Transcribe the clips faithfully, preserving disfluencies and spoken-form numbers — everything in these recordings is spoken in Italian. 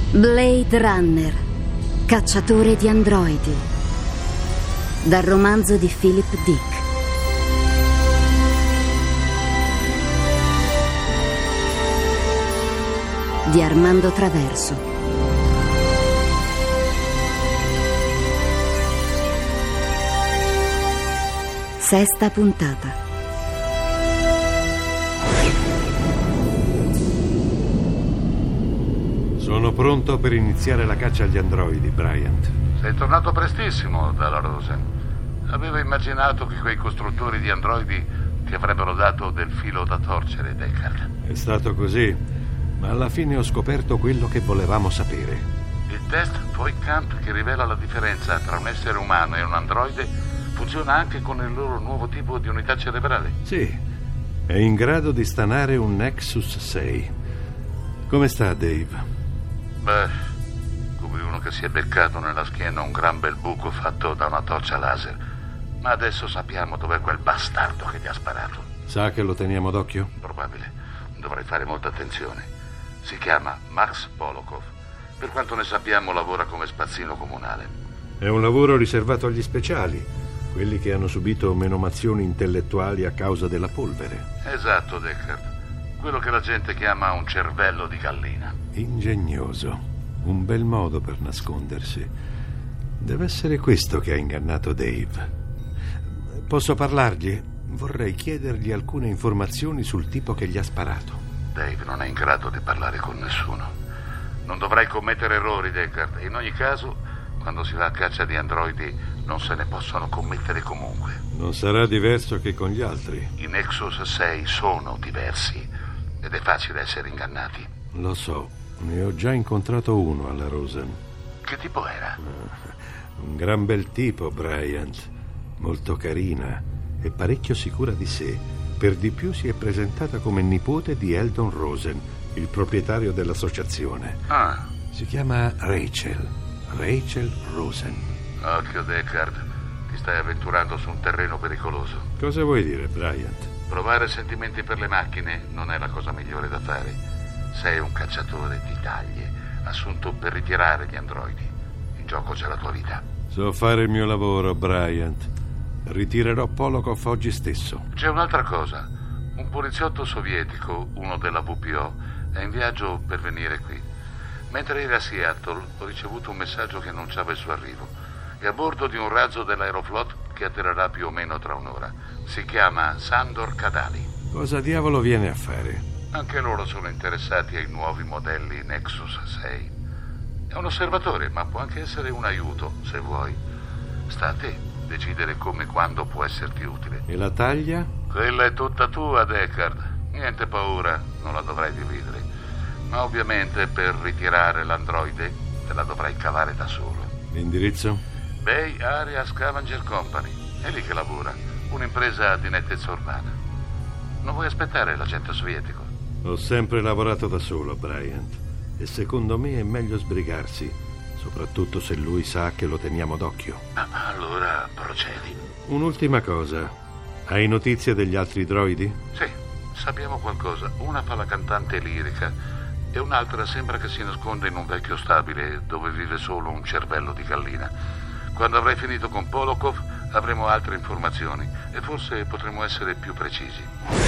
Blade Runner, cacciatore di androidi, dal romanzo di Philip Dick. Di Armando Traverso. Sesta puntata. Sono pronto per iniziare la caccia agli androidi, Bryant. Sei tornato prestissimo dalla Rosen. Avevo immaginato che quei costruttori di androidi ti avrebbero dato del filo da torcere, Deckard. È stato così, ma alla fine ho scoperto quello che volevamo sapere. Il test Voight-Kampff, che rivela la differenza tra un essere umano e un androide, funziona anche con il loro nuovo tipo di unità cerebrale? Sì, è in grado di stanare un Nexus sei. Come sta, Dave? Beh, come uno che si è beccato nella schiena un gran bel buco fatto da una torcia laser. Ma adesso sappiamo dov'è quel bastardo che gli ha sparato. Sa che lo teniamo d'occhio? Probabile. Dovrei fare molta attenzione. Si chiama Max Polokov. Per quanto ne sappiamo, lavora come spazzino comunale. È un lavoro riservato agli speciali, quelli che hanno subito menomazioni intellettuali a causa della polvere. Esatto, Deckard. Quello che la gente chiama un cervello di gallina. Ingegnoso. Un bel modo per nascondersi. Deve essere questo che ha ingannato Dave. Posso parlargli? Vorrei chiedergli alcune informazioni sul tipo che gli ha sparato. Dave non è in grado di parlare con nessuno. Non dovrai commettere errori, Deckard. In ogni caso, quando si va a caccia di androidi, non se ne possono commettere comunque. Non sarà diverso che con gli altri. I Nexus sei sono diversi ed è facile essere ingannati. Lo so, ne ho già incontrato uno alla Rosen. Che tipo era? Un gran bel tipo, Bryant. Molto carina e parecchio sicura di sé. Per di più si è presentata come nipote di Eldon Rosen, il proprietario dell'associazione. Ah. Si chiama Rachel. Rachel Rosen. Occhio, Deckard. Ti stai avventurando su un terreno pericoloso. Cosa vuoi dire, Bryant? Provare sentimenti per le macchine non è la cosa migliore da fare. Sei un cacciatore di taglie, assunto per ritirare gli androidi. In gioco c'è la tua vita. So fare il mio lavoro, Bryant. Ritirerò Polokov oggi stesso. C'è un'altra cosa. Un poliziotto sovietico, uno della V P O, è in viaggio per venire qui. Mentre era a Seattle ho ricevuto un messaggio che annunciava il suo arrivo. È a bordo di un razzo dell'Aeroflot che atterrerà più o meno tra un'ora. Si chiama Sandor Kadali. Cosa diavolo viene a fare? Anche loro sono interessati ai nuovi modelli Nexus sei. È un osservatore, ma può anche essere un aiuto, se vuoi. Sta a te decidere come e quando può esserti utile. E la taglia? Quella è tutta tua, Deckard. Niente paura, non la dovrai dividere. Ma ovviamente per ritirare l'androide te la dovrai cavare da solo. L'indirizzo? Bay Area Scavenger Company. È lì che lavora. Un'impresa di nettezza urbana. Non vuoi aspettare l'agente sovietico? Ho sempre lavorato da solo, Bryant. E secondo me è meglio sbrigarsi, soprattutto se lui sa che lo teniamo d'occhio. Ah, allora procedi. Un'ultima cosa. Hai notizie degli altri droidi? Sì, sappiamo qualcosa. Una fa la cantante lirica e un'altra sembra che si nasconda in un vecchio stabile dove vive solo un cervello di gallina. Quando avrai finito con Polokov avremo altre informazioni e forse potremo essere più precisi.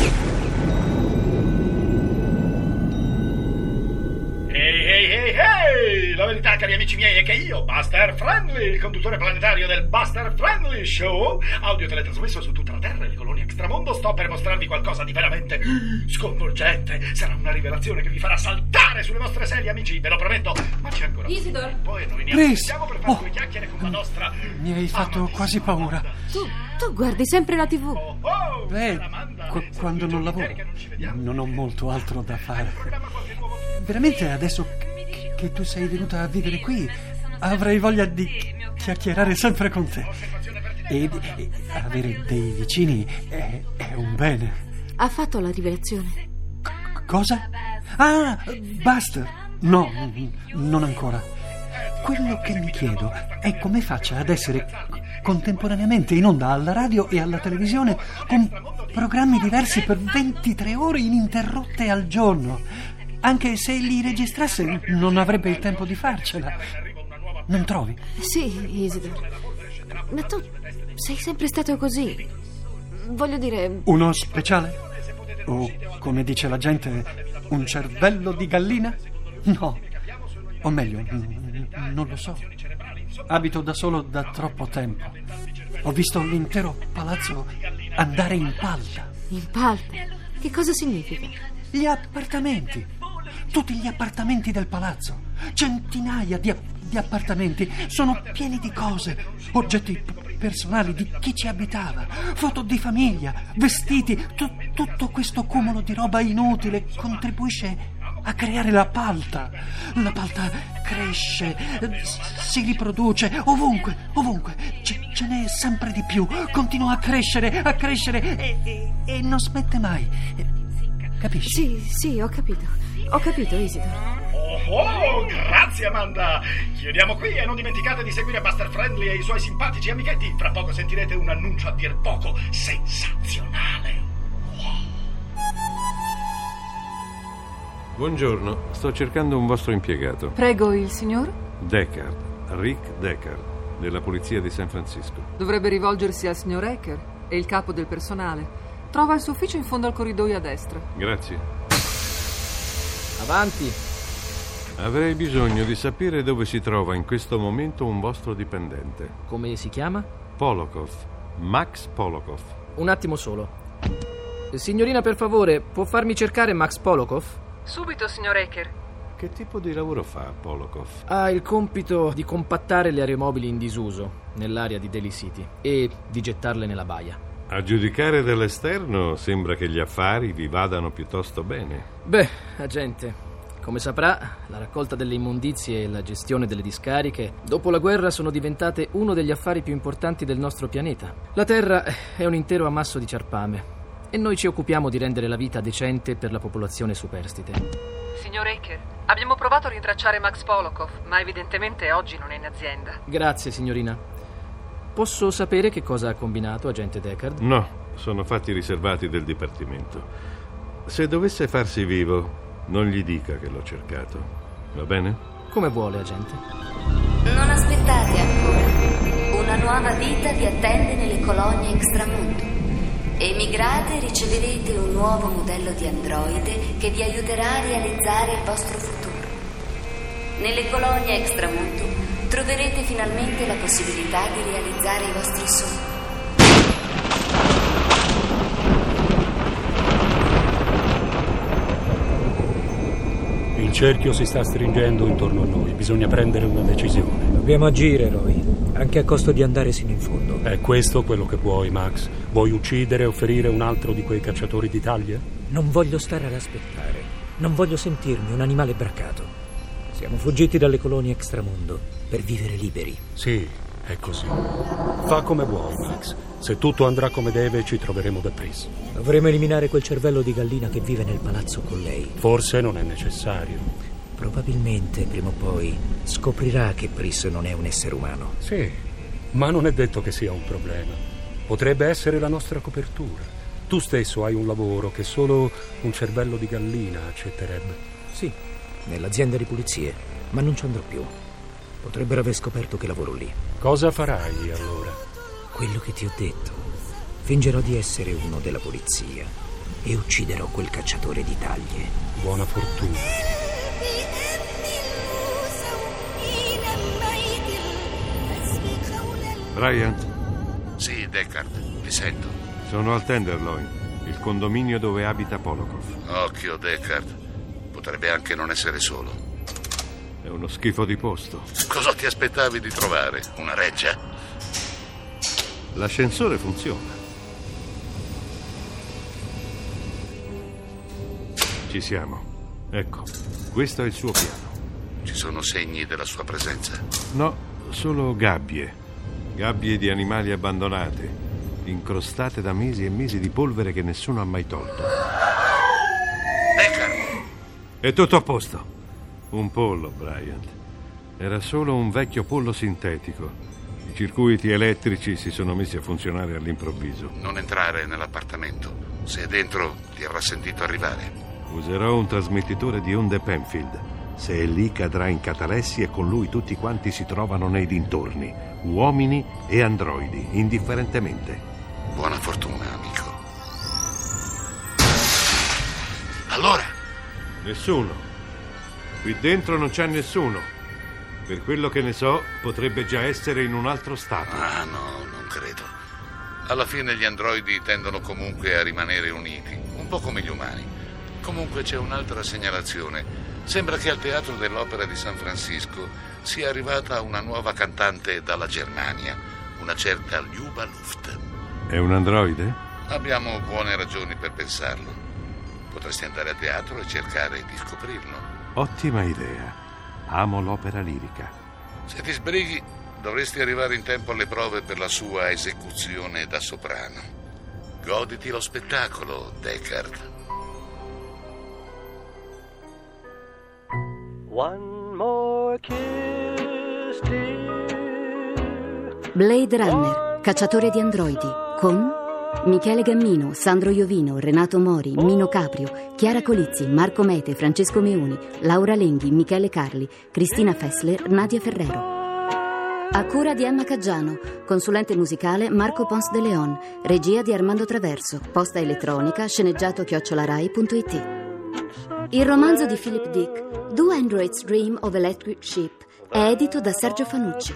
Ehi, ehi, ehi, ehi! La verità, cari amici miei, è che io, Buster Friendly, il conduttore planetario del Buster Friendly Show, audio teletrasmesso su tutta la Terra e le colonie extramondo, sto per mostrarvi qualcosa di veramente sconvolgente. Sarà una rivelazione che vi farà saltare sulle vostre sedie, amici, ve lo prometto. Ma c'è ancora Isidore. Poi noi ne Reese. approfittiamo per fare Oh. due chiacchiere con la nostra... Mi hai fatto quasi paura. Tu, tu guardi sempre la tivù. Oh, oh, Beh, Amanda, qu- adesso quando due non giorni lavoro interi che non ci vediamo. non ho molto altro da fare. Programma qualche nuovo film. Veramente adesso che, che tu sei venuta a vivere qui avrei voglia di chiacchierare sempre con te. E, e avere dei vicini è, è un bene. Ha fatto la rivelazione? C- cosa? Ah, Buster! No, non ancora. Quello che mi chiedo è come faccia ad essere contemporaneamente in onda alla radio e alla televisione con programmi diversi per ventitré ore ininterrotte al giorno. Anche se li registrasse non avrebbe il tempo di farcela. Non trovi? Sì, Isidore. Ma tu sei sempre stato così. Voglio dire... Uno speciale? O, come dice la gente, un cervello di gallina? No. O meglio, non lo so. Abito da solo da troppo tempo. Ho visto l'intero palazzo andare in palta. In palta? Che cosa significa? Gli appartamenti. Tutti gli appartamenti del palazzo. Centinaia di, di appartamenti. Sono pieni di cose, oggetti p- personali di chi ci abitava, foto di famiglia, vestiti. Tu- tutto questo cumulo di roba inutile contribuisce a creare la palta. La palta cresce, si riproduce ovunque, ovunque. Ce, ce n'è sempre di più. Continua a crescere, a crescere e, e, e non smette mai. Capisci? Sì, sì, ho capito. Ho capito, Isidore. Oh, oh, grazie Amanda. Chiudiamo qui e non dimenticate di seguire Buster Friendly e i suoi simpatici amichetti. Fra poco sentirete un annuncio a dir poco sensazionale. Buongiorno, sto cercando un vostro impiegato. Prego, il signor? Deckard, Rick Deckard, della polizia di San Francisco. Dovrebbe rivolgersi al signor Hacker, è il capo del personale. Trova il suo ufficio in fondo al corridoio a destra. Grazie. Avanti. Avrei bisogno di sapere dove si trova in questo momento un vostro dipendente. Come si chiama? Polokov, Max Polokov. Un attimo solo. Signorina, per favore, può farmi cercare Max Polokov? Subito, signor Hacker. Che tipo di lavoro fa Polokov? Ha il compito di compattare le aeromobili in disuso nell'area di Daly City e di gettarle nella baia. A giudicare dall'esterno sembra che gli affari vi vadano piuttosto bene. Beh, agente, come saprà, la raccolta delle immondizie e la gestione delle discariche dopo la guerra sono diventate uno degli affari più importanti del nostro pianeta. La Terra è un intero ammasso di ciarpame e noi ci occupiamo di rendere la vita decente per la popolazione superstite. Signor Hacker, abbiamo provato a rintracciare Max Polokov, ma evidentemente oggi non è in azienda. Grazie, signorina. Posso sapere che cosa ha combinato, agente Deckard? No, sono fatti riservati del dipartimento. Se dovesse farsi vivo, non gli dica che l'ho cercato. Va bene? Come vuole, agente. Non aspettate ancora. Una nuova vita vi attende nelle colonie extramondo. Emigrate e riceverete un nuovo modello di androide che vi aiuterà a realizzare il vostro futuro. Nelle colonie extramondo troverete finalmente la possibilità di realizzare i vostri sogni. Il cerchio si sta stringendo intorno a noi, bisogna prendere una decisione. Dobbiamo agire, Roy, anche a costo di andare sino in fondo. È questo quello che vuoi, Max? Vuoi uccidere o ferire un altro di quei cacciatori d'Italia? Non voglio stare ad aspettare, non voglio sentirmi un animale braccato. Siamo fuggiti dalle colonie extramondo per vivere liberi. Sì, è così. Fa come vuoi, Max. Se tutto andrà come deve, ci troveremo da Pris. Dovremo eliminare quel cervello di gallina che vive nel palazzo con lei. Forse non è necessario. Probabilmente, prima o poi, scoprirà che Pris non è un essere umano. Sì, ma non è detto che sia un problema. Potrebbe essere la nostra copertura. Tu stesso hai un lavoro che solo un cervello di gallina accetterebbe. Sì, nell'azienda di pulizie, ma non ci andrò più. Potrebbero aver scoperto che lavoro lì. Cosa farai allora? Quello che ti ho detto. Fingerò di essere uno della polizia e ucciderò quel cacciatore di taglie. Buona fortuna. Bryant? Sì, Deckard, ti sento. Sono al Tenderloin, il condominio dove abita Polokov. Occhio, Deckard. Potrebbe anche non essere solo. È uno schifo di posto. Cosa ti aspettavi di trovare? Una reggia? L'ascensore funziona. Ci siamo. Ecco, questo è il suo piano. Ci sono segni della sua presenza? No, solo gabbie. Gabbie di animali abbandonate, incrostate da mesi e mesi di polvere che nessuno ha mai tolto. Deckard! È tutto a posto. Un pollo, Bryant. Era solo un vecchio pollo sintetico. I circuiti elettrici si sono messi a funzionare all'improvviso. Non entrare nell'appartamento. Se è dentro, ti avrà sentito arrivare. Userò un trasmettitore di onde Penfield. Se è lì cadrà in catalessi e con lui tutti quanti si trovano nei dintorni, uomini e androidi, indifferentemente. Buona fortuna, amico. Allora? Nessuno. Qui dentro non c'è nessuno. Per quello che ne so, potrebbe già essere in un altro stato. Ah, no, non credo. Alla fine gli androidi tendono comunque a rimanere uniti, un po' come gli umani. Comunque c'è un'altra segnalazione. Sembra che al Teatro dell'Opera di San Francisco sia arrivata una nuova cantante dalla Germania, una certa Luba Luft. È un androide? Abbiamo buone ragioni per pensarlo. Potresti andare a teatro e cercare di scoprirlo. Ottima idea. Amo l'opera lirica. Se ti sbrighi, dovresti arrivare in tempo alle prove per la sua esecuzione da soprano. Goditi lo spettacolo, Deckard. One more kiss, dear. Blade Runner, cacciatore di androidi, con Michele Gammino, Sandro Iovino, Renato Mori, Mino Caprio, Chiara Colizzi, Marco Mete, Francesco Meuni, Laura Lenghi, Michele Carli, Cristina Fessler, Nadia Ferrero. A cura di Emma Caggiano, consulente musicale Marco Pons de Leon, regia di Armando Traverso, posta elettronica sceneggiato chiocciolarai punto it. Il romanzo di Philip Dick, Do Androids Dream of Electric Sheep, è edito da Sergio Fanucci.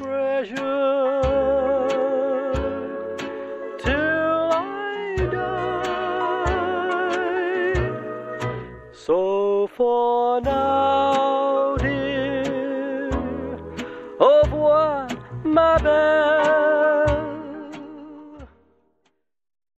So for now